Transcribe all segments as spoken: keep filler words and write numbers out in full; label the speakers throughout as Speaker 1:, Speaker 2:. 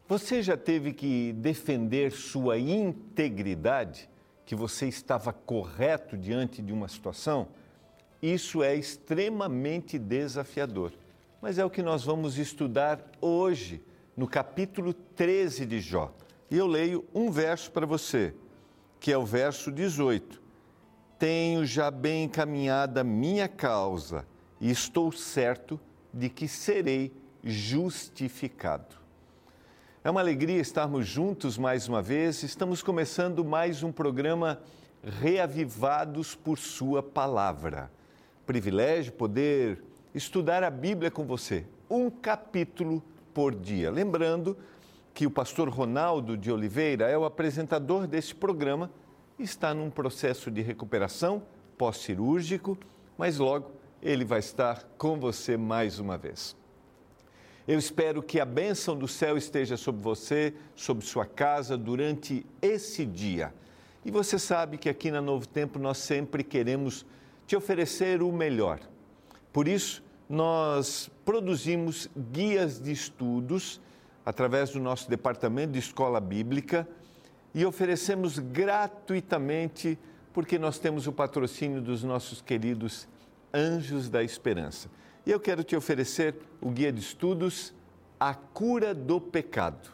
Speaker 1: Você já teve que defender sua integridade, que você estava correto diante de uma situação? Isso é extremamente desafiador, mas é o que nós vamos estudar hoje, no capítulo treze de Jó. E eu leio um verso para você, que é o verso dezoito. Tenho já bem encaminhada minha causa e estou certo de que serei justificado. É uma alegria estarmos juntos mais uma vez. Estamos começando mais um programa Reavivados por Sua Palavra. Privilégio poder estudar a Bíblia com você, um capítulo por dia. Lembrando que o pastor Ronaldo de Oliveira é o apresentador deste programa, está num processo de recuperação pós-cirúrgico, mas logo ele vai estar com você mais uma vez. Eu espero que a bênção do céu esteja sobre você, sobre sua casa, durante esse dia. E você sabe que aqui na Novo Tempo nós sempre queremos te oferecer o melhor. Por isso, nós produzimos guias de estudos através do nosso departamento de escola bíblica e oferecemos gratuitamente, porque nós temos o patrocínio dos nossos queridos Anjos da Esperança. E eu quero te oferecer o guia de estudos, A Cura do Pecado.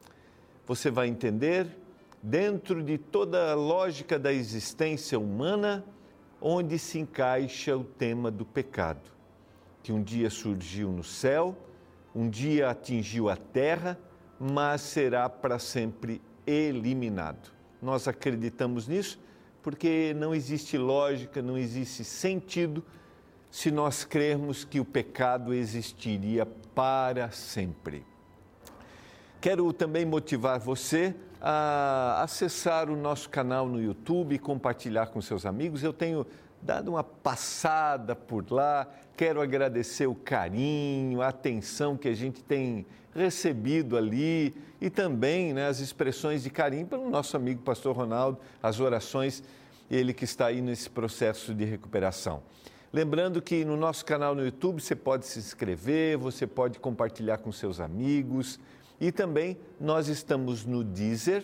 Speaker 1: Você vai entender, dentro de toda a lógica da existência humana, onde se encaixa o tema do pecado, que um dia surgiu no céu, um dia atingiu a terra, mas será para sempre eliminado. Nós acreditamos nisso porque não existe lógica, não existe sentido se nós crermos que o pecado existiria para sempre. Quero também motivar você a acessar o nosso canal no YouTube e compartilhar com seus amigos. Eu tenho dado uma passada por lá, quero agradecer o carinho, a atenção que a gente tem recebido ali e também, né, as expressões de carinho pelo nosso amigo pastor Ronaldo, as orações, ele que está aí nesse processo de recuperação. Lembrando que no nosso canal no YouTube você pode se inscrever, você pode compartilhar com seus amigos e também nós estamos no Deezer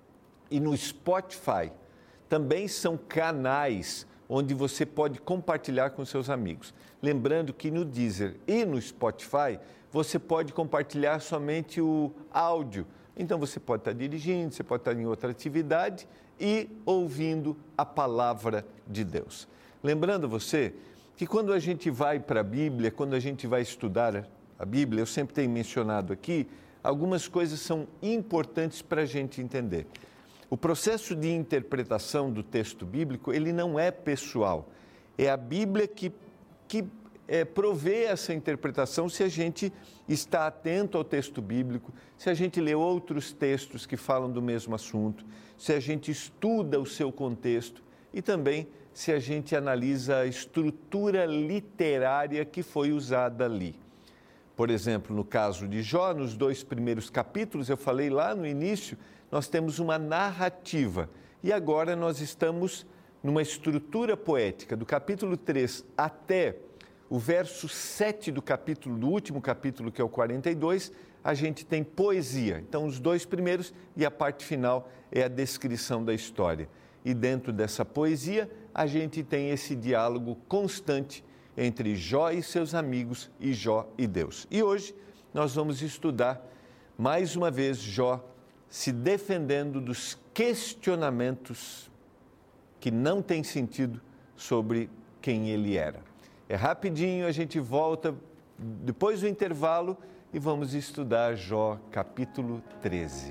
Speaker 1: e no Spotify. Também são canais onde você pode compartilhar com seus amigos. Lembrando que no Deezer e no Spotify você pode compartilhar somente o áudio. Então você pode estar dirigindo, você pode estar em outra atividade e ouvindo a palavra de Deus. Lembrando você que quando a gente vai para a Bíblia, quando a gente vai estudar a Bíblia, eu sempre tenho mencionado aqui, algumas coisas são importantes para a gente entender. O processo de interpretação do texto bíblico, ele não é pessoal. É a Bíblia que, que é, provê essa interpretação se a gente está atento ao texto bíblico, se a gente lê outros textos que falam do mesmo assunto, se a gente estuda o seu contexto e também se a gente analisa a estrutura literária que foi usada ali. Por exemplo, no caso de Jó, nos dois primeiros capítulos, eu falei lá no início, nós temos uma narrativa. E agora nós estamos numa estrutura poética. Do capítulo três até o verso sete do capítulo, do último capítulo, que é o quarenta e dois, a gente tem poesia. Então, os dois primeiros e a parte final é a descrição da história. E dentro dessa poesia, a gente tem esse diálogo constante entre Jó e seus amigos e Jó e Deus. E hoje nós vamos estudar mais uma vez Jó se defendendo dos questionamentos que não têm sentido sobre quem ele era. É rapidinho, a gente volta depois do intervalo e vamos estudar Jó capítulo treze.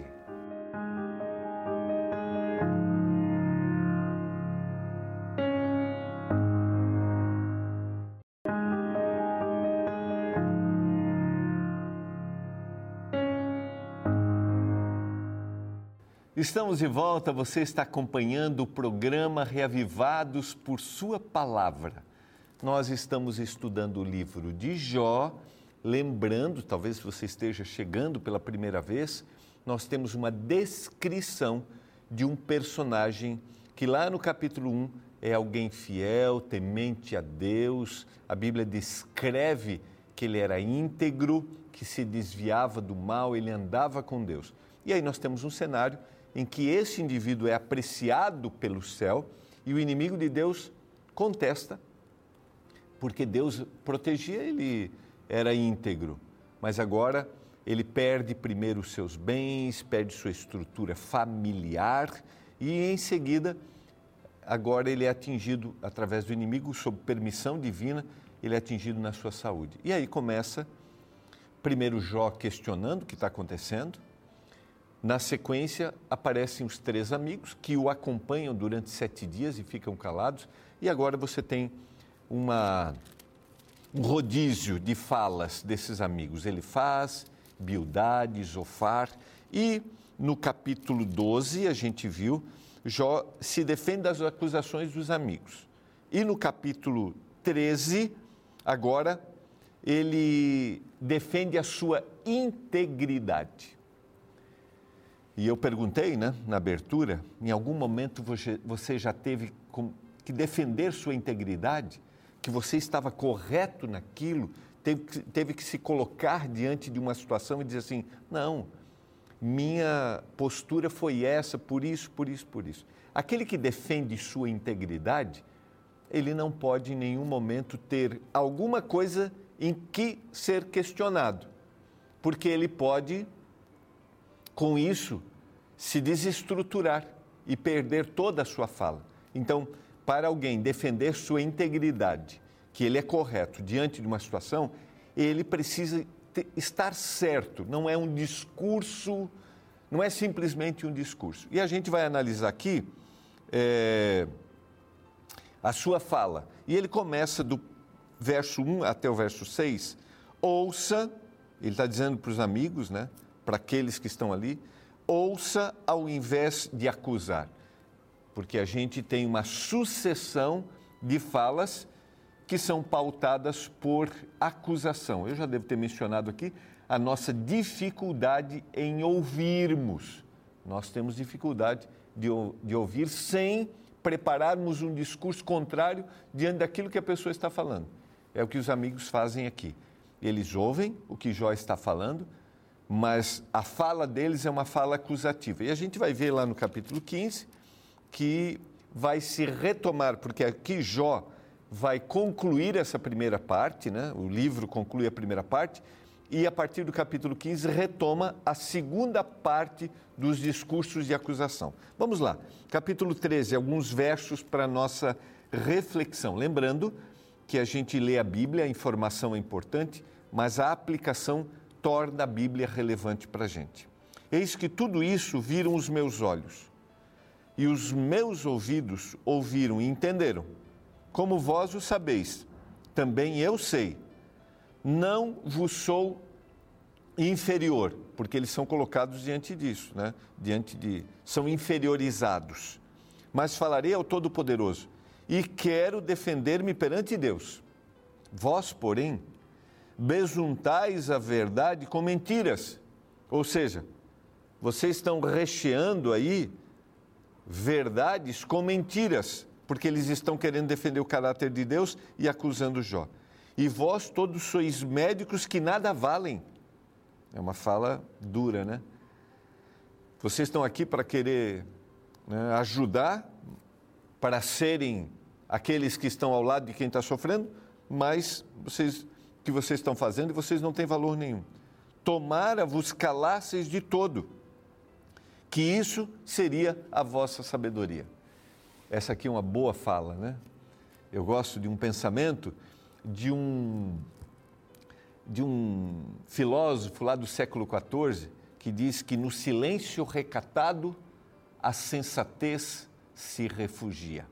Speaker 1: Estamos de volta, você está acompanhando o programa Reavivados por Sua Palavra. Nós estamos estudando o livro de Jó, lembrando, talvez você esteja chegando pela primeira vez, nós temos uma descrição de um personagem que lá no capítulo um é alguém fiel, temente a Deus. A Bíblia descreve que ele era íntegro, que se desviava do mal, ele andava com Deus. E aí nós temos um cenário em que esse indivíduo é apreciado pelo céu e o inimigo de Deus contesta, porque Deus protegia, ele era íntegro, mas agora ele perde primeiro os seus bens, perde sua estrutura familiar e em seguida, agora ele é atingido através do inimigo, sob permissão divina, ele é atingido na sua saúde. E aí começa, primeiro Jó questionando o que está acontecendo, na sequência aparecem os três amigos que o acompanham durante sete dias e ficam calados, e agora você tem uma, um rodízio de falas desses amigos, Elifaz, Bildade, Zofar, e no capítulo doze a gente viu, Jó se defende das acusações dos amigos. E no capítulo treze, agora, ele defende a sua integridade. E eu perguntei, né, na abertura, em algum momento você, você já teve que defender sua integridade? Que você estava correto naquilo? Teve que, teve que se colocar diante de uma situação e dizer assim, não, minha postura foi essa, por isso, por isso, por isso. Aquele que defende sua integridade, ele não pode em nenhum momento ter alguma coisa em que ser questionado, porque ele pode, com isso, se desestruturar e perder toda a sua fala. Então, para alguém defender sua integridade, que ele é correto diante de uma situação, ele precisa ter, estar certo, não é um discurso, não é simplesmente um discurso. E a gente vai analisar aqui é, a sua fala. E ele começa do verso um até o verso seis, ouça, ele está dizendo para os amigos, né, para aqueles que estão ali, ouça ao invés de acusar, porque a gente tem uma sucessão de falas que são pautadas por acusação. Eu já devo ter mencionado aqui a nossa dificuldade em ouvirmos. Nós temos dificuldade de, de ouvir sem prepararmos um discurso contrário diante daquilo que a pessoa está falando. É o que os amigos fazem aqui. Eles ouvem o que Jó está falando, mas a fala deles é uma fala acusativa. E a gente vai ver lá no capítulo quinze que vai se retomar, porque aqui Jó vai concluir essa primeira parte, né? O livro conclui a primeira parte, e a partir do capítulo quinze retoma a segunda parte dos discursos de acusação. Vamos lá, capítulo treze, alguns versos para a nossa reflexão. Lembrando que a gente lê a Bíblia, a informação é importante, mas a aplicação torna a Bíblia relevante para a gente. Eis que tudo isso viram os meus olhos, e os meus ouvidos ouviram e entenderam. Como vós o sabeis, também eu sei. Não vos sou inferior, porque eles são colocados diante disso, né? Diante de, são inferiorizados. Mas falarei ao Todo-Poderoso, e quero defender-me perante Deus. Vós, porém, besuntais a verdade com mentiras. Ou seja, vocês estão recheando aí verdades com mentiras, porque eles estão querendo defender o caráter de Deus e acusando Jó. E vós todos sois médicos que nada valem. É uma fala dura, né? Vocês estão aqui para querer, né, ajudar, para serem aqueles que estão ao lado de quem está sofrendo, mas vocês, o que vocês estão fazendo, vocês não têm valor nenhum. Tomara vos calasseis de todo, que isso seria a vossa sabedoria. Essa aqui é uma boa fala, né? Eu gosto de um pensamento de um, de um filósofo lá do século quatorze, que diz que no silêncio recatado a sensatez se refugia.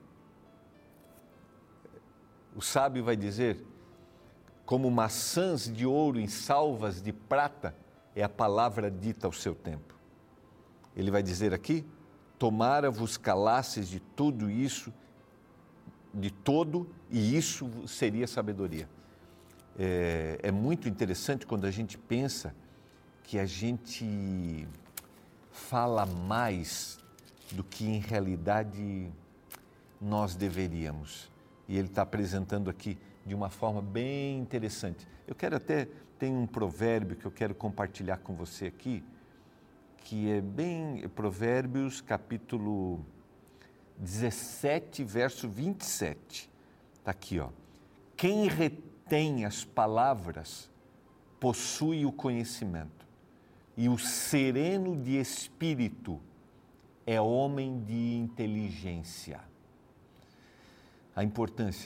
Speaker 1: O sábio vai dizer, como maçãs de ouro em salvas de prata, é a palavra dita ao seu tempo. Ele vai dizer aqui, tomara vos calasseis de tudo isso, de todo, e isso seria sabedoria. É, é muito interessante quando a gente pensa que a gente fala mais do que em realidade nós deveríamos. E ele está apresentando aqui de uma forma bem interessante. Eu quero até, tem um provérbio que eu quero compartilhar com você aqui, que é bem, Provérbios capítulo dezessete, verso vinte e sete. Está aqui, ó. Quem retém as palavras possui o conhecimento, e o sereno de espírito é homem de inteligência. A importância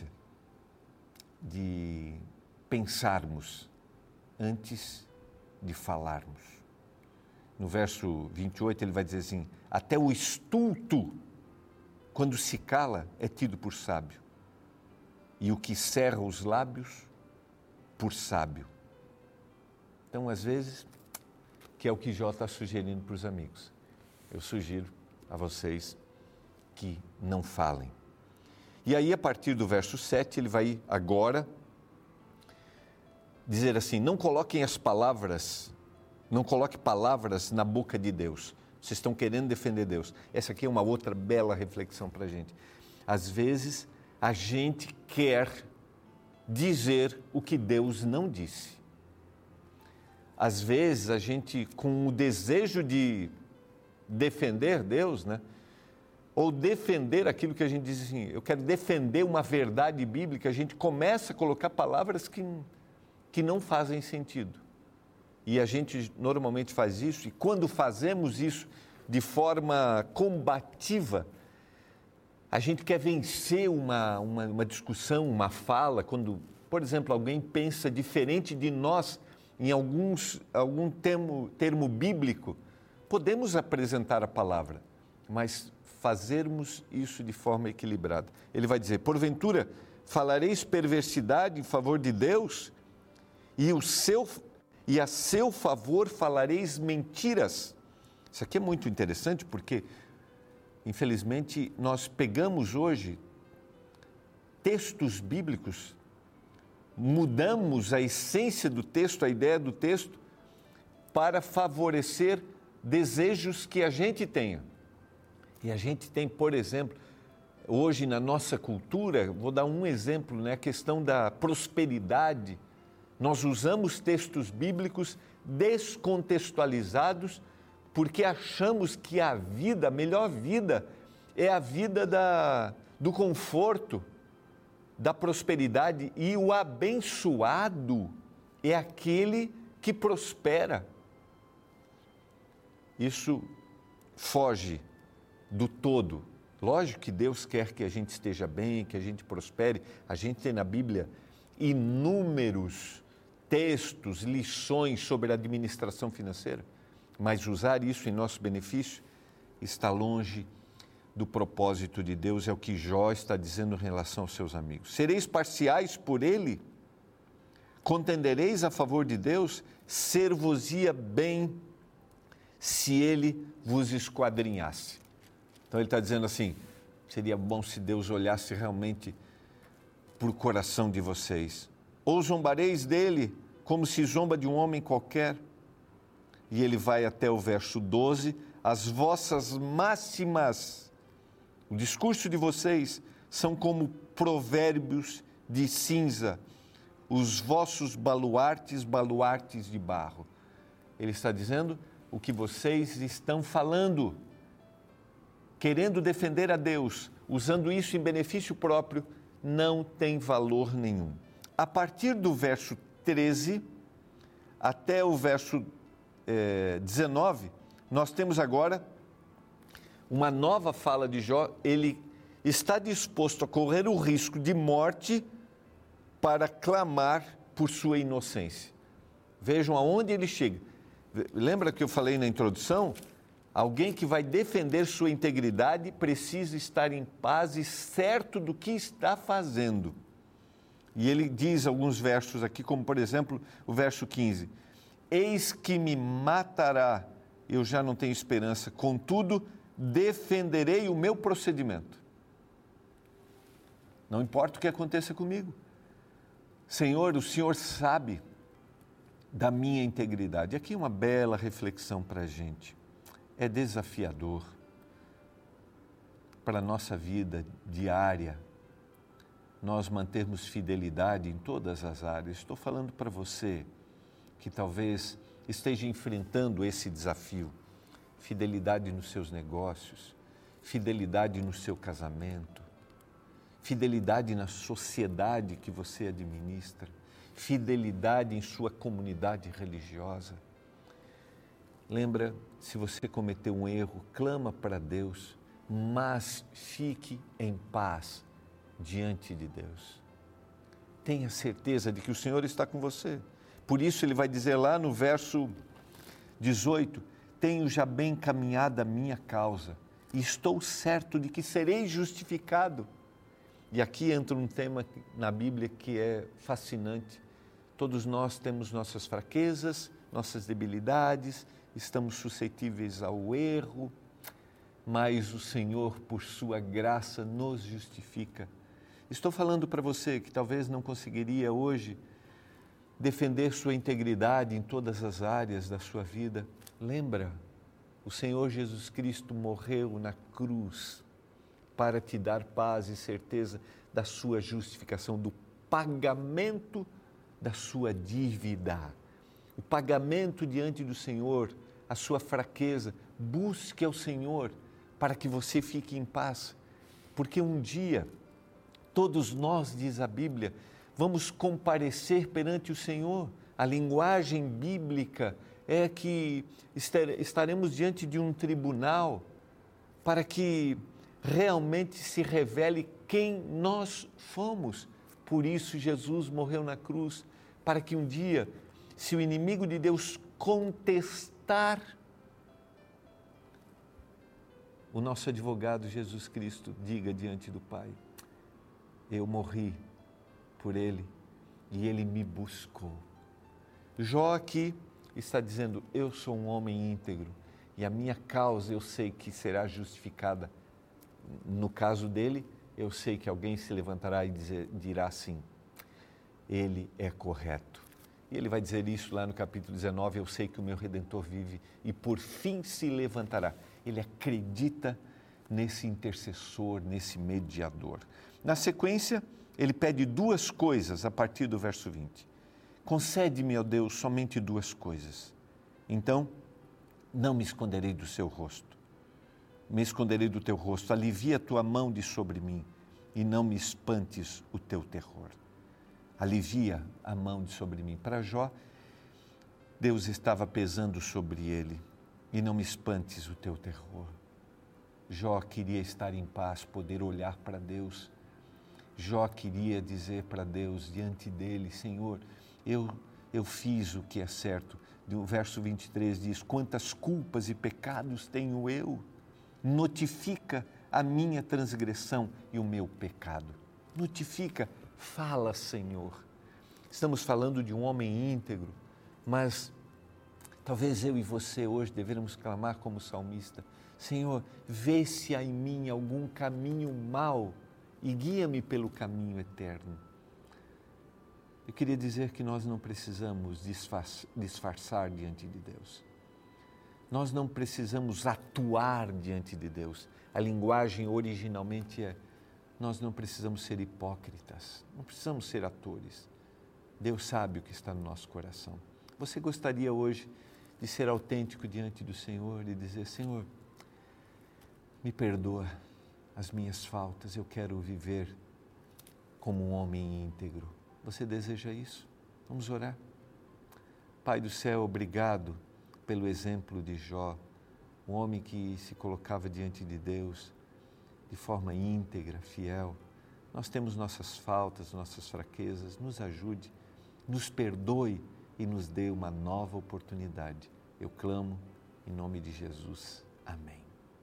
Speaker 1: de pensarmos antes de falarmos. No verso vinte e oito ele vai dizer assim, até o estulto, quando se cala, é tido por sábio, e o que cerra os lábios, por sábio. Então, às vezes, que é o que Jó está sugerindo para os amigos, eu sugiro a vocês que não falem. E aí, a partir do verso sete, ele vai agora dizer assim, não coloquem as palavras, não coloque palavras na boca de Deus. Vocês estão querendo defender Deus. Essa aqui é uma outra bela reflexão para a gente. Às vezes, a gente quer dizer o que Deus não disse. Às vezes, a gente, com o desejo de defender Deus, né? Ou defender aquilo que a gente diz assim, eu quero defender uma verdade bíblica, a gente começa a colocar palavras que, que não fazem sentido. E a gente normalmente faz isso, e quando fazemos isso de forma combativa, a gente quer vencer uma, uma, uma discussão, uma fala, quando, por exemplo, alguém pensa diferente de nós em alguns, algum termo, termo bíblico, podemos apresentar a palavra, mas fazermos isso de forma equilibrada. Ele vai dizer, porventura, falareis perversidade em favor de Deus, e, o seu, e a seu favor falareis mentiras. Isso aqui é muito interessante, porque, infelizmente, nós pegamos hoje textos bíblicos, mudamos a essência do texto, a ideia do texto, para favorecer desejos que a gente tenha. E a gente tem, por exemplo, hoje na nossa cultura, vou dar um exemplo, né, a questão da prosperidade. Nós usamos textos bíblicos descontextualizados porque achamos que a vida, a melhor vida, é a vida da, do conforto, da prosperidade, e o abençoado é aquele que prospera. Isso foge do todo. Lógico que Deus quer que a gente esteja bem, que a gente prospere. A gente tem na Bíblia inúmeros textos, lições sobre a administração financeira, mas usar isso em nosso benefício está longe do propósito de Deus, é o que Jó está dizendo em relação aos seus amigos. Sereis parciais por ele? Contendereis a favor de Deus? Ser-vos-ia bem se ele vos esquadrinhasse. Então ele está dizendo assim, seria bom se Deus olhasse realmente para o coração de vocês. Ou zombareis dele como se zomba de um homem qualquer? E ele vai até o verso doze, as vossas máximas, o discurso de vocês são como provérbios de cinza, os vossos baluartes, baluartes de barro. Ele está dizendo o que vocês estão falando, querendo defender a Deus, usando isso em benefício próprio, não tem valor nenhum. A partir do verso treze até o verso eh, dezenove, nós temos agora uma nova fala de Jó. Ele está disposto a correr o risco de morte para clamar por sua inocência. Vejam aonde ele chega. Lembra que eu falei na introdução? Alguém que vai defender sua integridade precisa estar em paz e certo do que está fazendo. E ele diz alguns versos aqui, como por exemplo o verso quinze. Eis que me matará, eu já não tenho esperança, contudo defenderei o meu procedimento. Não importa o que aconteça comigo. Senhor, o Senhor sabe da minha integridade. Aqui uma bela reflexão para a gente. É desafiador para a nossa vida diária nós mantermos fidelidade em todas as áreas. Estou falando para você que talvez esteja enfrentando esse desafio. Fidelidade nos seus negócios, fidelidade no seu casamento, fidelidade na sociedade que você administra, fidelidade em sua comunidade religiosa. Lembra, se você cometeu um erro, clama para Deus, mas fique em paz diante de Deus. Tenha certeza de que o Senhor está com você. Por isso ele vai dizer lá no verso dezoito, tenho já bem caminhado a minha causa e estou certo de que serei justificado. E aqui entra um tema na Bíblia que é fascinante. Todos nós temos nossas fraquezas, nossas debilidades, estamos suscetíveis ao erro, mas o Senhor, por sua graça, nos justifica. Estou falando para você que talvez não conseguiria hoje defender sua integridade em todas as áreas da sua vida. Lembra, o Senhor Jesus Cristo morreu na cruz para te dar paz e certeza da sua justificação, do pagamento da sua dívida. O pagamento diante do Senhor, a sua fraqueza. Busque ao Senhor para que você fique em paz. Porque um dia, todos nós, diz a Bíblia, vamos comparecer perante o Senhor. A linguagem bíblica é que estaremos diante de um tribunal para que realmente se revele quem nós fomos. Por isso Jesus morreu na cruz, para que um dia, se o inimigo de Deus contestar, o nosso advogado Jesus Cristo diga diante do Pai, eu morri por ele e ele me buscou. Jó aqui está dizendo, eu sou um homem íntegro e a minha causa eu sei que será justificada. No caso dele, eu sei que alguém se levantará e dizer, dirá assim, ele é correto. E ele vai dizer isso lá no capítulo dezenove, eu sei que o meu Redentor vive e por fim se levantará. Ele acredita nesse intercessor, nesse mediador. Na sequência, ele pede duas coisas a partir do verso vinte. Concede-me, ó Deus, somente duas coisas. Então, não me esconderei do seu rosto. Me esconderei do teu rosto. Alivia a tua mão de sobre mim e não me espantes o teu terror. Alivia a mão de sobre mim. Para Jó, Deus estava pesando sobre ele. E não me espantes o teu terror. Jó queria estar em paz, poder olhar para Deus. Jó queria dizer para Deus, diante dele, Senhor, eu, eu fiz o que é certo. O verso vinte e três diz, quantas culpas e pecados tenho eu? Notifica a minha transgressão e o meu pecado. Notifica, fala, Senhor. Estamos falando de um homem íntegro, mas talvez eu e você hoje devemos clamar como salmista, Senhor, vê se há em mim algum caminho mau e guia-me pelo caminho eterno. Eu queria dizer que nós não precisamos disfarçar diante de Deus. Nós não precisamos atuar diante de Deus. A linguagem originalmente é, nós não precisamos ser hipócritas, não precisamos ser atores. Deus sabe o que está no nosso coração. Você gostaria hoje de ser autêntico diante do Senhor e dizer, Senhor, me perdoa as minhas faltas, eu quero viver como um homem íntegro. Você deseja isso? Vamos orar. Pai do céu, obrigado pelo exemplo de Jó, um homem que se colocava diante de Deus de forma íntegra, fiel. Nós temos nossas faltas, nossas fraquezas, nos ajude, nos perdoe e nos dê uma nova oportunidade. Eu clamo em nome de Jesus. Amém.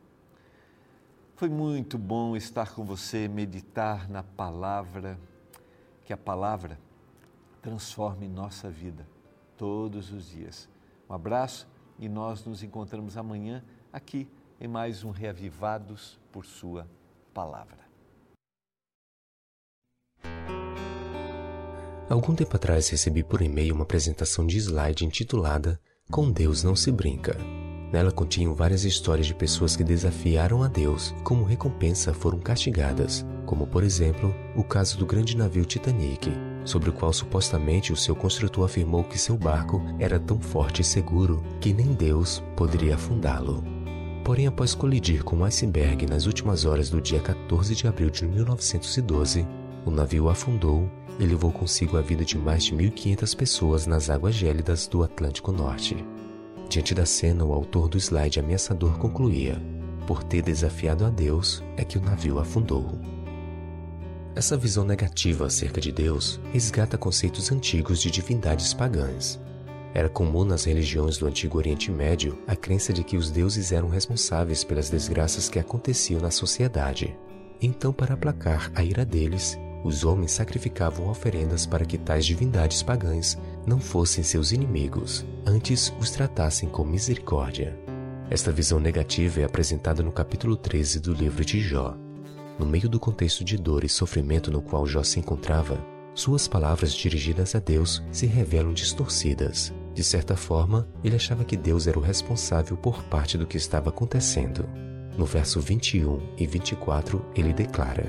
Speaker 1: Foi muito bom estar com você, meditar na palavra, que a palavra transforme nossa vida todos os dias. Um abraço e nós nos encontramos amanhã aqui em mais um Reavivados por Sua Palavra.
Speaker 2: Algum tempo atrás recebi por e-mail uma apresentação de slide intitulada Com Deus Não Se Brinca. Nela continham várias histórias de pessoas que desafiaram a Deus e como recompensa foram castigadas, com como por exemplo o caso do grande navio Titanic, sobre o qual supostamente o seu construtor afirmou que seu barco era tão forte e seguro que nem Deus poderia afundá-lo. Porém, após colidir com um iceberg nas últimas horas do dia quatorze de abril de mil novecentos e doze, o navio afundou e levou consigo a vida de mais de mil e quinhentas pessoas nas águas gélidas do Atlântico Norte. Diante da cena, o autor do slide ameaçador concluía: por ter desafiado a Deus é que o navio afundou. Essa visão negativa acerca de Deus resgata conceitos antigos de divindades pagãs. Era comum nas religiões do Antigo Oriente Médio a crença de que os deuses eram responsáveis pelas desgraças que aconteciam na sociedade. Então, para aplacar a ira deles, os homens sacrificavam oferendas para que tais divindades pagãs não fossem seus inimigos, antes os tratassem com misericórdia. Esta visão negativa é apresentada no capítulo treze do livro de Jó. No meio do contexto de dor e sofrimento no qual Jó se encontrava, suas palavras dirigidas a Deus se revelam distorcidas. De certa forma, ele achava que Deus era o responsável por parte do que estava acontecendo. No verso vinte e um e vinte e quatro, ele declara: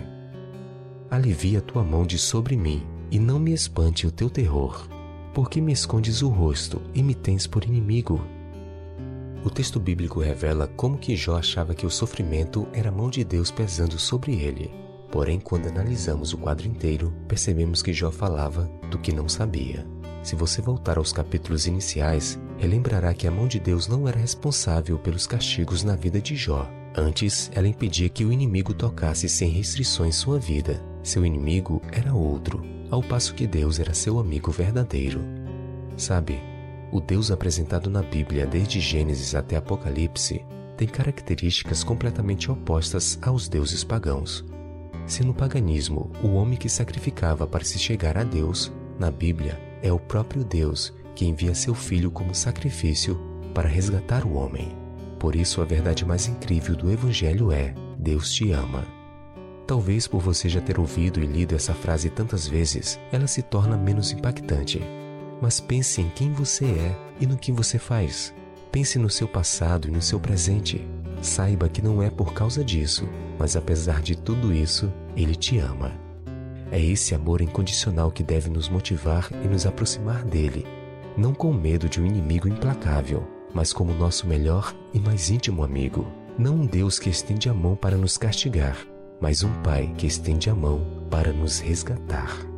Speaker 2: alivia tua mão de sobre mim, e não me espante o teu terror, porque me escondes o rosto e me tens por inimigo. O texto bíblico revela como que Jó achava que o sofrimento era a mão de Deus pesando sobre ele. Porém, quando analisamos o quadro inteiro, percebemos que Jó falava do que não sabia. Se você voltar aos capítulos iniciais, relembrará que a mão de Deus não era responsável pelos castigos na vida de Jó. Antes, ela impedia que o inimigo tocasse sem restrições sua vida. Seu inimigo era outro, ao passo que Deus era seu amigo verdadeiro. Sabe, o Deus apresentado na Bíblia desde Gênesis até Apocalipse tem características completamente opostas aos deuses pagãos. Se no paganismo o homem que sacrificava para se chegar a Deus, na Bíblia é o próprio Deus que envia seu Filho como sacrifício para resgatar o homem. Por isso a verdade mais incrível do Evangelho é: Deus te ama. Talvez por você já ter ouvido e lido essa frase tantas vezes, ela se torna menos impactante. Mas pense em quem você é e no que você faz. Pense no seu passado e no seu presente. Saiba que não é por causa disso, mas apesar de tudo isso, Ele te ama. É esse amor incondicional que deve nos motivar e nos aproximar dele, não com medo de um inimigo implacável, mas como nosso melhor e mais íntimo amigo. Não um Deus que estende a mão para nos castigar, mas um Pai que estende a mão para nos resgatar.